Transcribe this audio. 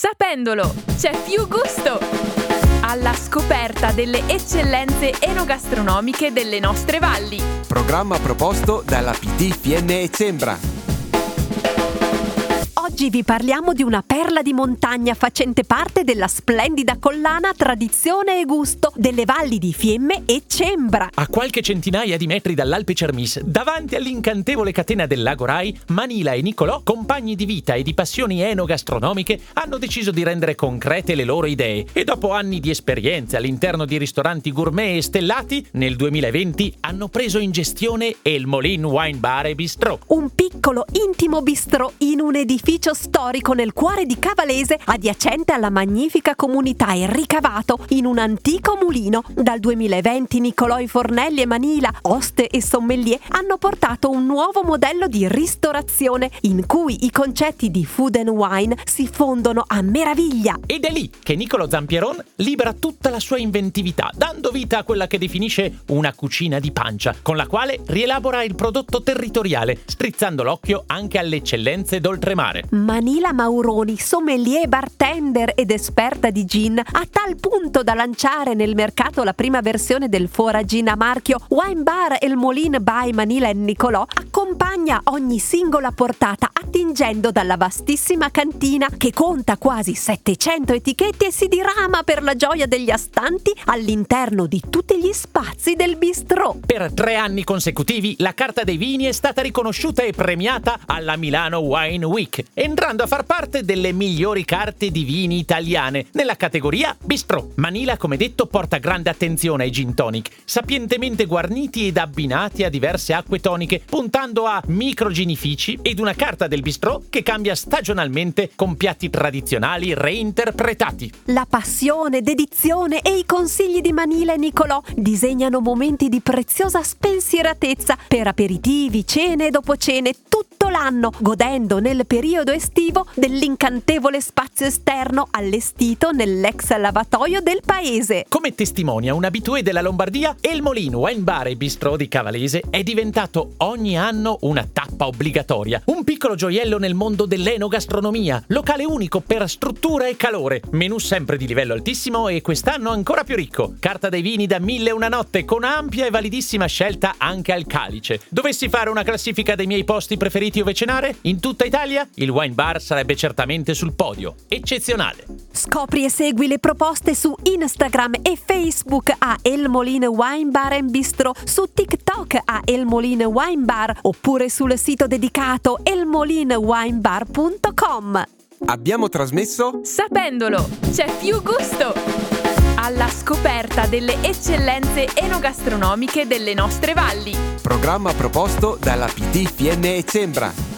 Sapendolo, c'è più gusto! Alla scoperta delle eccellenze enogastronomiche delle nostre valli. Programma proposto dalla PT Fiemme e Cembra. Oggi vi parliamo di una perla di montagna facente parte della splendida collana Tradizione e Gusto delle valli di Fiemme e Cembra. A qualche centinaia di metri dall'Alpe Cermis, davanti all'incantevole catena del Lago Rai, Manila e Nicolò, compagni di vita e di passioni enogastronomiche, hanno deciso di rendere concrete le loro idee e dopo anni di esperienze all'interno di ristoranti gourmet e stellati, nel 2020 hanno preso in gestione El Molin Wine Bar e Bistrò. Un piccolo intimo bistrò in un edificio storico nel cuore di Cavalese, adiacente alla magnifica comunità e ricavato in un antico mulino. Dal 2020 Nicolò Fornelli e Manila, host e sommelier, hanno portato un nuovo modello di ristorazione in cui i concetti di food and wine si fondono a meraviglia. Ed è lì che Niccolò Zampieron libera tutta la sua inventività, dando vita a quella che definisce una cucina di pancia, con la quale rielabora il prodotto territoriale, strizzando l'occhio anche alle eccellenze d'oltremare. Manila Mauroni, sommelier, bartender ed esperta di gin, a tal punto da lanciare nel mercato la prima versione del Fora Gin a marchio Wine Bar El Molin by Manila e Nicolò, accompagna ogni singola portata attingendo dalla vastissima cantina che conta quasi 700 etichette e si dirama per la gioia degli astanti all'interno di tutti gli spazi del bistrò. Per 3 anni consecutivi la carta dei vini è stata riconosciuta e premiata alla Milano Wine Week, entrando a far parte delle migliori carte di vini italiane nella categoria bistrò. Manila, come detto, porta grande attenzione ai gin tonic, sapientemente guarniti ed abbinati a diverse acque toniche, puntando a microginifici ed una carta del bistrò che cambia stagionalmente con piatti tradizionali reinterpretati. La passione, dedizione e i consigli di Manila e Nicolò disegnano momenti di preziosa spensieratezza per aperitivi, cene e dopocene tutto l'anno, godendo nel periodo estivo dell'incantevole spazio esterno allestito nell'ex lavatoio del paese. Come testimonia un abitué della Lombardia, El Molin Wine Bar e Bistrò di Cavalese è diventato ogni anno una tappa obbligatoria, un piccolo gioiello nel mondo dell'enogastronomia, locale unico per struttura e calore, menù sempre di livello altissimo e quest'anno ancora più ricco, carta dei vini da 1001 notte con ampia e validissima scelta anche al calice. Dovessi fare una classifica dei miei posti preferiti ove cenare in tutta Italia, il Wine Bar sarebbe certamente sul podio. Eccezionale! Scopri e segui le proposte su Instagram e Facebook a El Molin Wine Bar and Bistrò, su TikTok a El Molin Wine Bar oppure sul sito dedicato elmolinwinebar.com. Abbiamo trasmesso Sapendolo, c'è più gusto! Alla scoperta delle eccellenze enogastronomiche delle nostre valli. programma proposto dalla PT Fiemme e Cembra.